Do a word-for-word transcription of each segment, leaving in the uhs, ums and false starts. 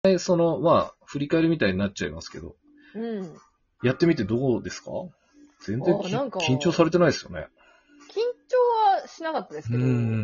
際その、まあ、振り返りみたいになっちゃいますけど、 うん。 やってみてどうですか？全然きあ、なんか、 緊張されてないですよね。 緊張はしなかったですけど、 うん。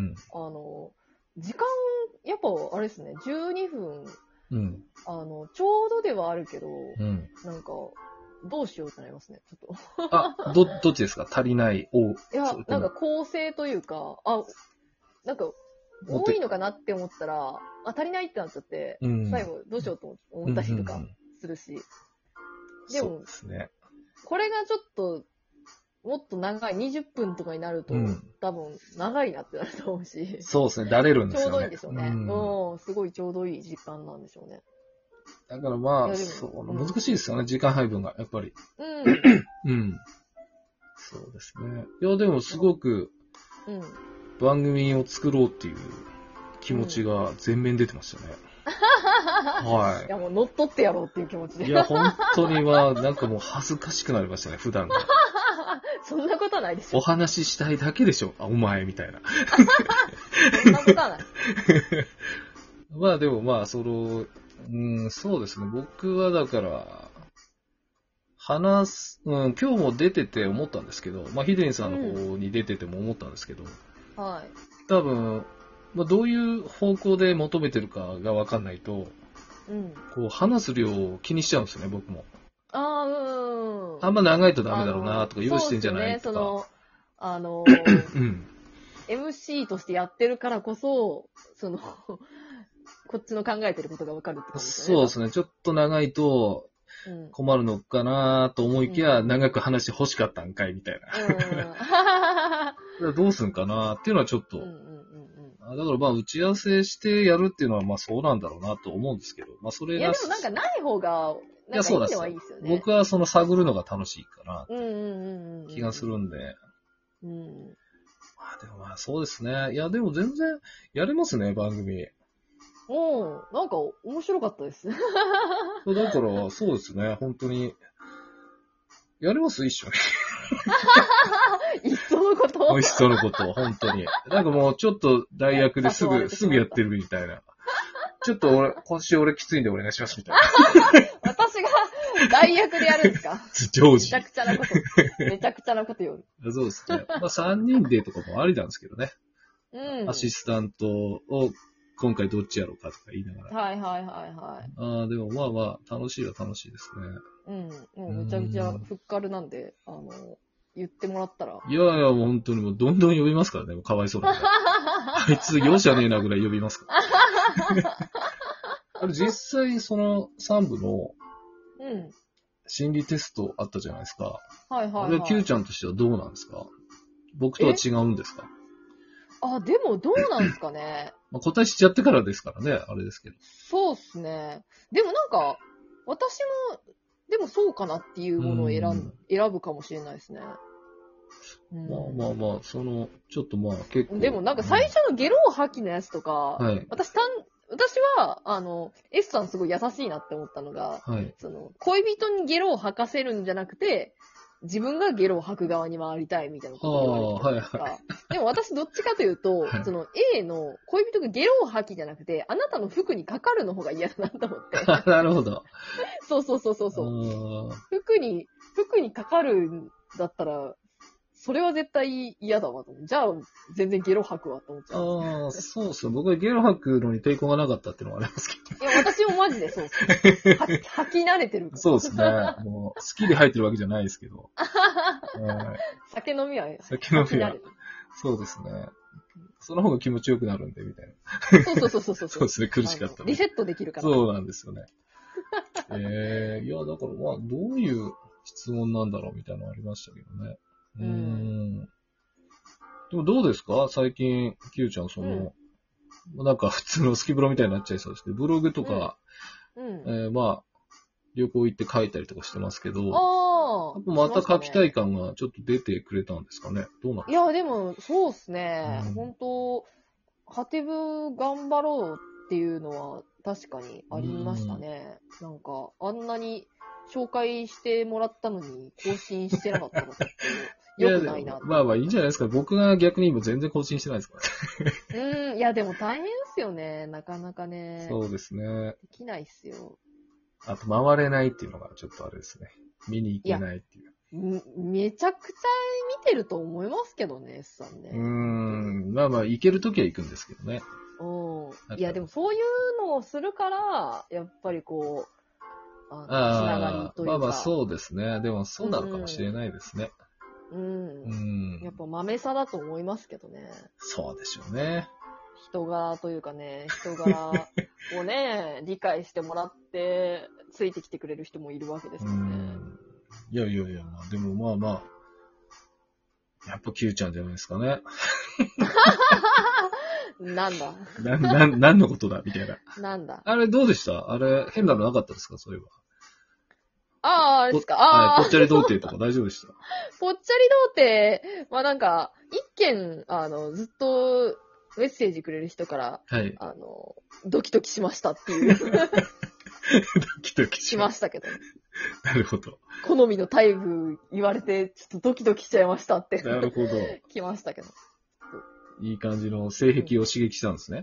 あの、時間、やっぱあれですね、じゅうにふん、 うん。 あの、ちょうどではあるけど、 うん。 なんか、どうしようってなりますね、ちょっあ、ど、どっちですか？足りない、多い、 と。いや、なんかそれとも、 構成というか、あ、なんか、 もっと、 多いのかなって思ったら、あ、足りないってなっちゃって、 うん。 最後どうしようとうん。うん。 思ったりとかうん。 するし、でそうも、 ですね。 これがちょっと、もっと長い、にじゅっぷんとかになると、 うん。 多分、長いなってなると思うし、 そうですね。だれるんでちょうどいいんすよね。 でしょうね。 うん。 うん、すごいちょうどいい時間なんでしょうね。 だからまあ、 いや、でも、 そう、 うん。 難しいですよね。時間配分が、やっぱり。 うん。 うん。そうですね。いや、でもすごくうん。 番組を作ろうっていう気持ちうん。 が全面に出てましたね。はい。 いや、もう乗っ取ってやろうっていう気持ちで。 いや、本当には、なんかもう恥ずかしくなりましたね、普段が。 そんなことはないでしおょ。 話ししたいだけでしょ、あお前、みたいな。 そんなことはない。 まあでもまあ、その、うん、そうですね。僕はだから、話す、うん、今日も出てて思ったんですけど、まあ、ヒデンさんのうん。 方に出てても思ったんですけど、 は多分、まあ、どういう方向で求めてるかがわかんないと、 い。うん。 こう、話す量を気にしちゃうんですよね、僕も。 ああ、うん。 あんま長いとダメあだろうな、 の、 とか、用意しそうてんじゃっすよね。 ないとか。 その、あの、 うん。 エムシー としてやってるからこそ、その、こっちの考えてることがわかるって感じですよね、多分。 そうですね。ちょっと長いとうん。 困るのかなと思いきや、 うん。 長く話して欲しかったんかい、みたいな。 うん。 どうすんかなっていうのはちょっと、 うんうんうんあだからまあ打ち合わせしてやるっていうのはまあそうなんだろうなと思うんですけど、まあそうん。いや、 れが、 でもなんかない方が、 いやなんかいいのはいそうなんですよ。 いですよね。 僕はその探るのが楽しいかな、 うんうんうんうん。 気がするんで。 うん。 まあでもまあそうですね。いやでも全然やれますね、番組。 おー、なんか面白かったです。 だからそうですね、本当に。やれます一緒に。 いっそのこと。 美味しそうなこと、本当に。なんかもうちょっと代役ですぐ、 誘われてしまったすぐやってるみたいな。ちょっと俺、今週俺きついんでお願いしますみたいな。 私が代役でやるんですか？ 常時。 めちゃくちゃなこと。めちゃくちゃなこと言う。 そうですね。まあさんにんでとかもありなんですけどね。 うん。 アシスタントを今回どっちやろうかとか言いながら。 はいはいはいはい。 ああ、でもまあまあ、楽しいは楽しいですうん。もね。 うめちゃくちゃうんふっかるなんで、あの、言ってもらったら。 いやいや、もう本当にもうどんどん呼びますからね。もうかわいそうなんで。あいつ容赦ねえなぐらい呼びますから。あれ実際そのさん部のうん。 心理テストあったじゃないですか。 はいはいあれは Q はい。 ちゃんとしてはどうなんですか？僕とはえ違うんですか？ あ、でもどうなんすかね。 まあ、答えしちゃってからですからね。あれですけど。 そうっすね。でもなんか、私も、でもそうかなっていうものを選うんん、選ぶかもしれないですね。うまあん。 まあまあ、その、ちょっとまあ結構。 でもなんか最初のゲロ吐きのやつとか、 うんはい。 私たん、私は、あの、S さんすごい優しいなって思ったのが、 はい。 その、恋人にゲロを吐かせるんじゃなくて、自分がゲロを吐く側に回りたいみたいなことを言われてたじゃないですか。 はあはいでも私どっちかというと、 はいその A の恋人がゲロを吐きじゃなくて、あなたの服にかかるの方が嫌だなと思って。 なるほど。 そうそうそうそうあそう。 ー服に、服にかかるんだったら、それは絶対嫌だわと思う。じゃあ、全然ゲロ吐くわと思っちゃうんあー、そうそう。僕はゲロ吐くのに抵抗がなかったっていうのはありますけです。いや、私もマジでそうっす。吐き吐き慣れてるかど。 ら。 そうですね。もう、好きで吐いてるわけじゃないですけど。はい酒飲みは酒飲みは吐き慣れてる。 そうですね。その方が気持ちよくなるんで、みたいな。 そうそうそうそうそう。 そうですね。苦しかったね。 リセットできるから。 そうなんですよね。ええいや、だからまあ、どういう質問なんだろうみたいなのありましたけどね。うーん。でもどうですか最近、キューちゃん、その、なんか普通のスキブロみたいになっちゃいそうですけど、ブログとか、 うん。 えーまあ、旅行行って書いたりとかしてますけど、 ああ。 また書きたいし感がちょっと出てくれたんですかねどうなんましたね。いや、でも、そうっすね。 うん本当ハテブ頑張ろうっていうのは確かにありましたね。なんか、あんなに紹介してもらったのに更新してなかったことって良くないな。 まあまあいいんじゃないですか。僕が逆に今全然更新してないですからね。 うん、いやでも大変ですよね。なかなかね。 そうですね。 できないっすよ。 あと回れないっていうのがちょっとあれですね。見に行けないっていう。 んめちゃくちゃ見てると思いますけどね、S さんね。 うーん。まあまあ行けるときは行くんですけどね。 うん。いやでもそういうのをするから、やっぱりこう、あの、つながりああ、 というか。 まあまあそうですね。でもそうなのかもしれないですね。 うん。 うん。 やっぱ豆さだと思いますけどね。 そうでしょうね。 人柄というかね、人柄をね、理解してもらって、ついてきてくれる人もいるわけですうよね。 ん。いやいやいや、まあでもまあまあ、やっぱ Q ちゃんじゃないですかね。 なんだな、な、何のことだみたいな。 なんだあれどうでしたあれ、変なのなかったですかそういえば。 ああ、あれですかはい、 ああ、 ぽっちゃり童貞とか大丈夫でしたぽっちゃり童貞、まあなんか、一件、あの、ずっとメッセージくれる人から、 はい。 あの、ドキドキしましたっていう、 ドキドキししま。 ますしたけど、 なるほど。 好みのタイプ言われて、ちょっとドキドキしちゃいましたってなるほど。 来ましたけど。 いい感じの性癖を刺激したんですね。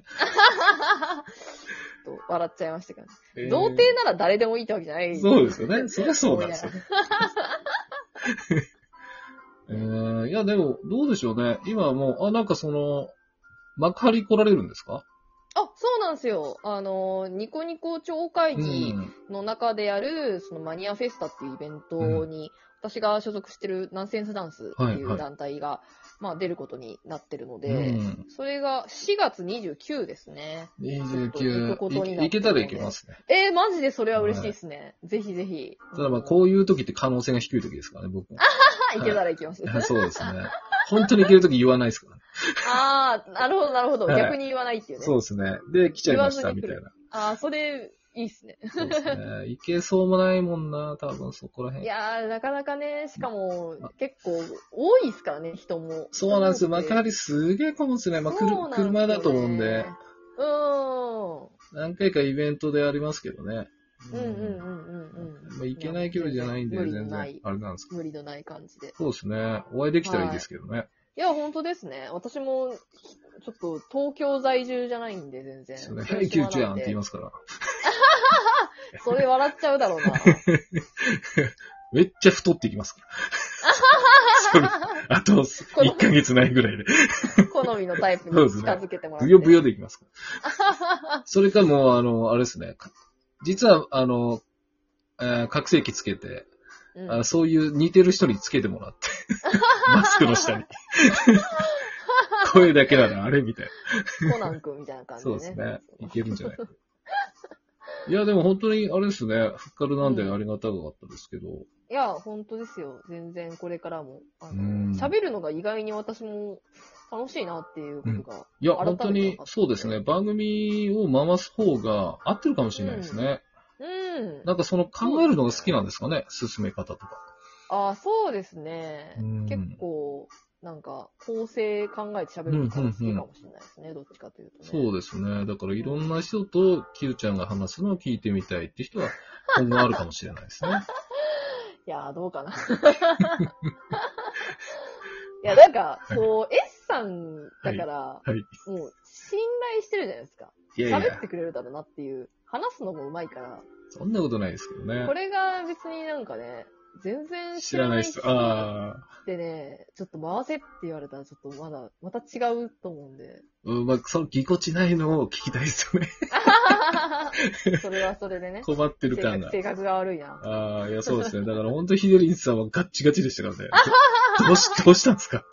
と笑っちゃいましたけど、ねえー童貞なら誰でもいいってわけじゃない。 そうですよね。そりゃそうなんですよね。えー、いや、でも、どうでしょうね。今はもう、あ、なんかその、幕張来られるんですかあ、そうなんですよ。あの、ニコニコ超会う議ん。 の中でやる、そのマニアフェスタっていうイベントに、私が所属してるナンセンスダンスっていはいはいう団体が、まあ出ることになってるのうで、 ん。 それがしがつにじゅうくにちですね。 にじゅうちょっと行きゅうくことになってるのでいけたら行けますね。 えー、マジでそれは嬉しいですね。ぜひぜひ。 ただまあ、こういう時って可能性が低い時ですからね、僕も。 あ、行けたら行きます。 そうですね。本当に行ける時言わないですからね。 ああ、なるほど、なるほど。 はい逆に言わないっていうね。 そうですね。で、来ちゃいました、みたいな。 ああ、それ、いいっすね。 そうですね。行けそうもないもんな、多分そこらい辺。 やー、なかなかね、しかも、結構、多いですからね、人も。 そうなんですよ。 人も多くて幕張すげえ混むんですね。まあ、くるそうなんですよね車だと思うんで、 うーん。 何回かイベントでありますけどね。 うんうんうんうんうん。 まあ、行けない距離じゃないんで、 無理全然のない、 あれなんですけど。 無理のない感じで。 そうですね。お会いできたらいいですけどね。 いや、本当ですね。私も、ちょっと、東京在住じゃないんで、全然。 そうね。はい、キューちゃんって言いますから。 それ笑っちゃうだろうな。 めっちゃ太っていきますから。あと、いっかげつないぐらいで。 好みのタイプに近づけてもらって。 ブヨブヨでいきますから。それかもう、あの、あれですね。実は、あの、えー、覚醒器つけて、 うんあ、そういう似てる人につけてもらって。マスクの下に。声だけならあれみたいな。コナン君みたいな感じでね。 そうですね。いけるんじゃないか。いや、でも本当に、あれですね。ふっかるなんでありがたかったですけど。うん、 いや、本当ですよ。全然これからも。あうの、 ん喋るのが意外に私も楽しいなっていうことが、 いや、 改めて本当に、そうですね。番組を回す方が合ってるかもしれないですね。 うん。 なんかその考えるのが好きなんですかね。進め方とか。 ああ、そうですね。 うん結構、なんか、構成考えて喋るのが好きかもしれないですね。どっちかというとね。 そうですね。だからいろんな人とキルちゃんが話すのを聞いてみたいって人は今後あるかもしれないですね。 いやー、どうかな。いや、なんか、こう、S さんだから、 はい。 もう、信頼してるじゃないですか。 いやいや喋ってくれるだろうなっていう、話すのもうまいから、 そんなことないですけどねこ。れが別になんかね、全然知らないっす。ああ。 でね、ちょっと回せって言われたらちょっとまだ、また違うと思うんで。 うん、まあ、そのぎこちないのを聞きたいですよね。 それはそれでね。 困ってる感が。 性格が悪いな。 ああ、いや、そうですね。だから本当ヒデリンさんはガッチガチでしたからね。どどうし、どうしたんですかって。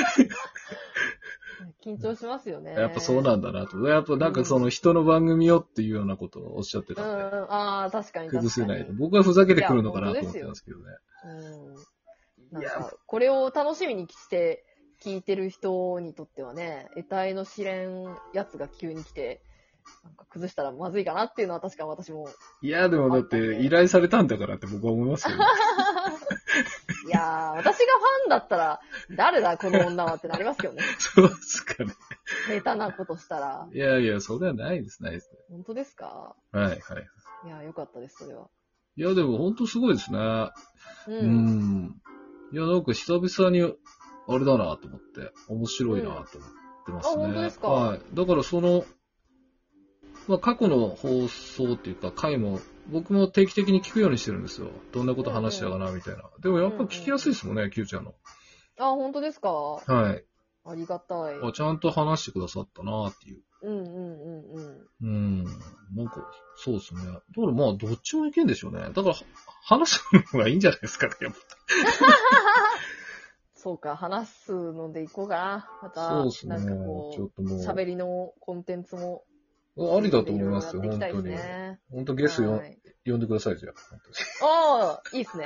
緊張しますよね。 やっぱそうなんだなと。やっぱなんかその人の番組をっていうようなことをおっしゃってうん、 たんで。 ああ、確かに確かに。 崩せないと。僕はふざけてくるのかなと思ってたんですけどね。 うん。なんか、これを楽しみにして聞いてる人にとってはね、得体の知れんやつが急に来て、なんか崩したらまずいかなっていうのは確か私も。 いや、でもだって依頼されたんだからって僕は思いますけどね。 いやー、私がファンだったら、誰だこの女はってなりますけどね。 そうですかね。 下手なことしたら。 いやいや、それはないです、ないです。 本当ですか？ はい、はい。 いや、よかったです、それは。 いや、でも本当すごいですね。 う。 うんん。 いや、なんか久々に、あれだなと思って、面白いなと思ってますね。 うんあ本当ですかはい。だからその、まあ過去の放送っていうか回も、僕も定期的に聞くようにしてるんですよ。どんなこと話したかなみたいな。でもやっぱ聞きやすいですもんね、Q ちゃんの。 あ、本当ですかはい。 ありがたい。 あ、ちゃんと話してくださったなっていう。 うんうんうんうん。 うん。なんか、そうですね。だからまあ、どっちもいけんでしょうね。だから、話すのがいいんじゃないですかね、やっぱ。 そうか、話すのでいこうかな。また、 そうですね。 なんかこちょっともう、 う。 喋りのコンテンツも、 ありだと思いますよ、 いろいろやっていき本当に。 たいですね。 本当ゲストよ、 はい呼んでください、じゃあ。本当にああ、いいっすね。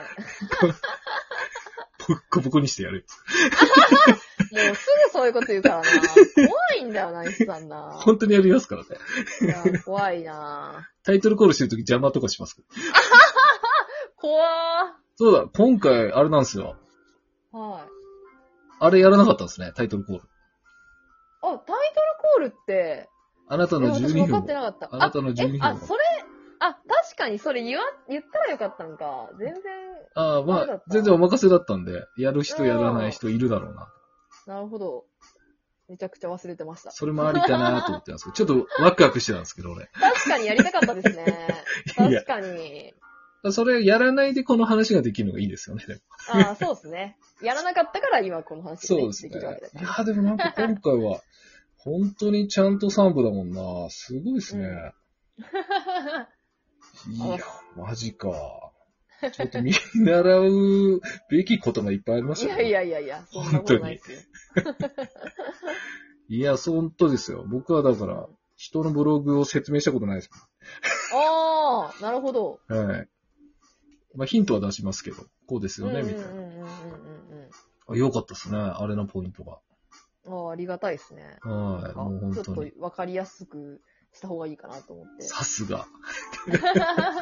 ボッコボコにしてやる。 もうすぐそういうこと言うからな。怖いんだよな、イスさんな。 本当にやりますからね。 いや、怖いな。 タイトルコールしてるとき邪魔とかしますから。 怖そうだ、今回、あれなんですよ。 ー。はい。 あれやらなかったんですね、タイトルコール。 あ、タイトルコールって、 あなたの12分いや私分かってなかった。 あなたのじゅうにふんあ、えあ、それ、あ、確かにそれ言わ、言ったらよかったんか。全然、 ああ、まあダメだっ、た全然お任せだったんで、やる人やらない人いるだろうな。 なるほど。めちゃくちゃ忘れてました。 それもありかなと思ってたんですけど、ちょっとワクワクしてたんですけど、俺。 確かにやりたかったですね。 いや確かに。 それやらないでこの話ができるのがいいですよね。 ああ、そうですね。やらなかったから今この話が、ね、 そうですね。 できるわけだかいら。 や、でもなんか今回は、本当にちゃんとさん部だもんな。すごいですね。いや、マジか。ちょっと見習うべきことがいっぱいありましいたね。 やいやいやいや、そんなことないですよ。 いや、本当ですよ。僕はだから、人のブログを説明したことないですああ、なるほど。 もん。はい。まあヒントは出しますけど、こうですよね、みたいな。 うんうんうんうんうんうんあ、よかったですね、あれのポイントが。 ああ、ありがたいですね。 はい、 なんかもう本ちょっと当に。 わかりやすくした方がいいかなと思って。 さすが。